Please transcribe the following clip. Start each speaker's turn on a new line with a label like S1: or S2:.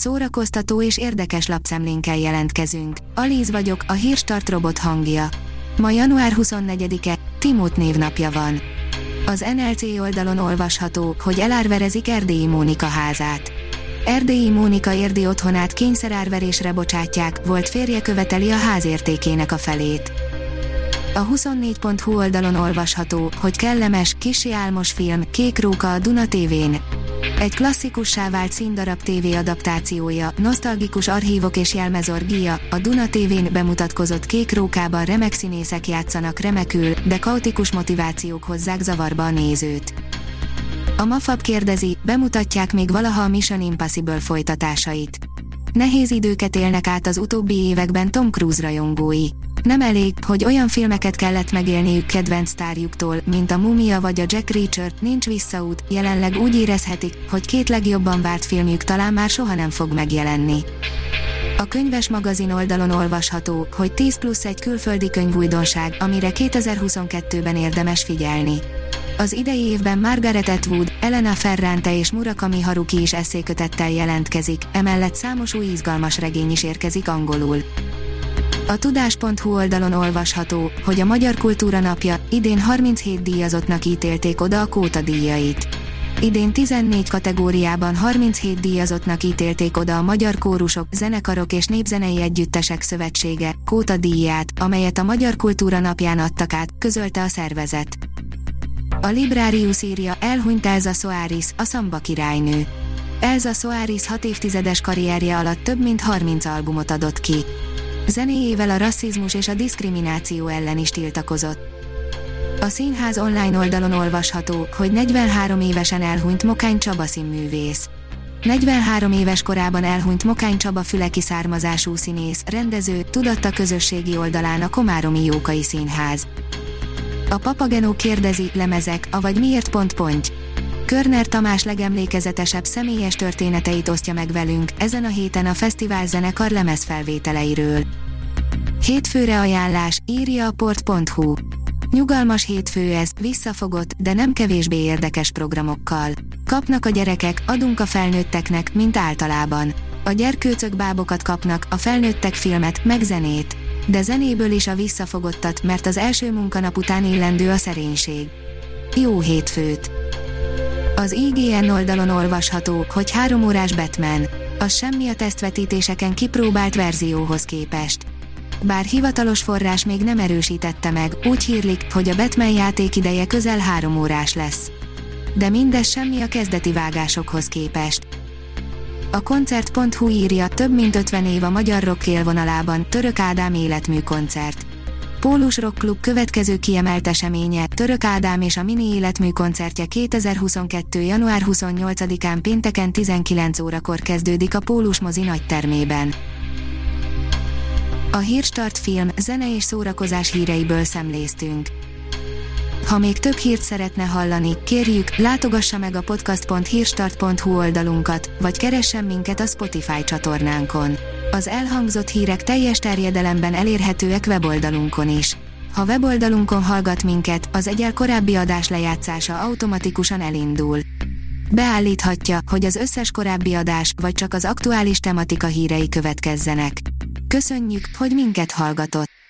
S1: szórakoztató és érdekes lapszemlénkkel jelentkezünk. Alíz vagyok, a Hírstart robot hangja. Ma január 24-e, Timót névnapja van. Az NLC oldalon olvasható, hogy elárverezik Erdélyi Mónika házát. Erdélyi Mónika érdi otthonát kényszerárverésre bocsátják, volt férje követeli a ház értékének a felét. A 24.hu oldalon olvasható, hogy kellemes, kissé álmos film, Kék róka a Duna TV-n. Egy klasszikussá vált színdarab TV adaptációja, nosztalgikus archívok és jelmezorgia, a Duna TV-n bemutatkozott Kék rókában remek színészek játszanak remekül, de kaotikus motivációk hozzák zavarba a nézőt. A Mafab kérdezi, bemutatják még valaha a Mission Impossible folytatásait. Nehéz időket élnek át az utóbbi években Tom Cruise rajongói. Nem elég, hogy olyan filmeket kellett megélniük kedvenc sztárjuktól, mint a Mumia vagy a Jack Reacher, nincs visszaút, jelenleg úgy érezhetik, hogy két legjobban várt filmjük talán már soha nem fog megjelenni. A Könyves magazin oldalon olvasható, hogy 10+1 külföldi könyvújdonság, amire 2022-ben érdemes figyelni. Az idei évben Margaret Atwood, Elena Ferrante és Murakami Haruki is esszékötettel jelentkezik, emellett számos új izgalmas regény is érkezik angolul. A tudás.hu oldalon olvasható, hogy a Magyar Kultúra Napja, idén 37 díjazottnak ítélték oda a Kóta díjait. Idén 14 kategóriában 37 díjazottnak ítélték oda a Magyar Kórusok, Zenekarok és Népzenei Együttesek Szövetsége, Kóta díját, amelyet a Magyar Kultúra Napján adtak át, közölte a szervezet. A Librarius írja, elhunyt Elsa Soares, a szamba királynő. Elsa Soares 6 évtizedes karrierje alatt több mint 30 albumot adott ki. Zenéjével a rasszizmus és a diszkrimináció ellen is tiltakozott. A Színház online oldalon olvasható, hogy 43 évesen elhunyt Mokány Csaba színművész. 43 éves korában elhunyt Mokány Csaba füleki származású színész, rendező, tudatta közösségi oldalán a Komáromi Jókai Színház. A Papagenó kérdezi, lemezek, avagy miért pont. Körner Tamás legemlékezetesebb személyes történeteit osztja meg velünk, ezen a héten a fesztivál zenekar lemezfelvételeiről. Hétfőre ajánlás, írja a port.hu. Nyugalmas hétfő ez, visszafogott, de nem kevésbé érdekes programokkal. Kapnak a gyerekek, adunk a felnőtteknek, mint általában. A gyerkőcök bábokat kapnak, a felnőttek filmet, meg zenét. De zenéből is a visszafogottat, mert az első munkanap után illendő a szerénység. Jó hétfőt! Az IGN oldalon olvasható, hogy 3 órás Batman. Az semmi a tesztvetítéseken kipróbált verzióhoz képest. Bár hivatalos forrás még nem erősítette meg, úgy hírlik, hogy a Batman játékideje közel 3 órás lesz. De mindez semmi a kezdeti vágásokhoz képest. A koncert.hu írja, több mint 50 év a magyar rock élvonalában, Török Ádám életmű koncert. Pólus Rock Klub következő kiemelt eseménye, Török Ádám és a mini életmű koncertje 2022. január 28-án pénteken 19 órakor kezdődik a Pólus mozi nagytermében. A Hírstart film, zene és szórakozás híreiből szemléztünk. Ha még több hírt szeretne hallani, kérjük, látogassa meg a podcast.hírstart.hu oldalunkat, vagy keressen minket a Spotify csatornánkon. Az elhangzott hírek teljes terjedelemben elérhetőek weboldalunkon is. Ha weboldalunkon hallgat minket, az egyel korábbi adás lejátszása automatikusan elindul. Beállíthatja, hogy az összes korábbi adás, vagy csak az aktuális tematika hírei következzenek. Köszönjük, hogy minket hallgatott!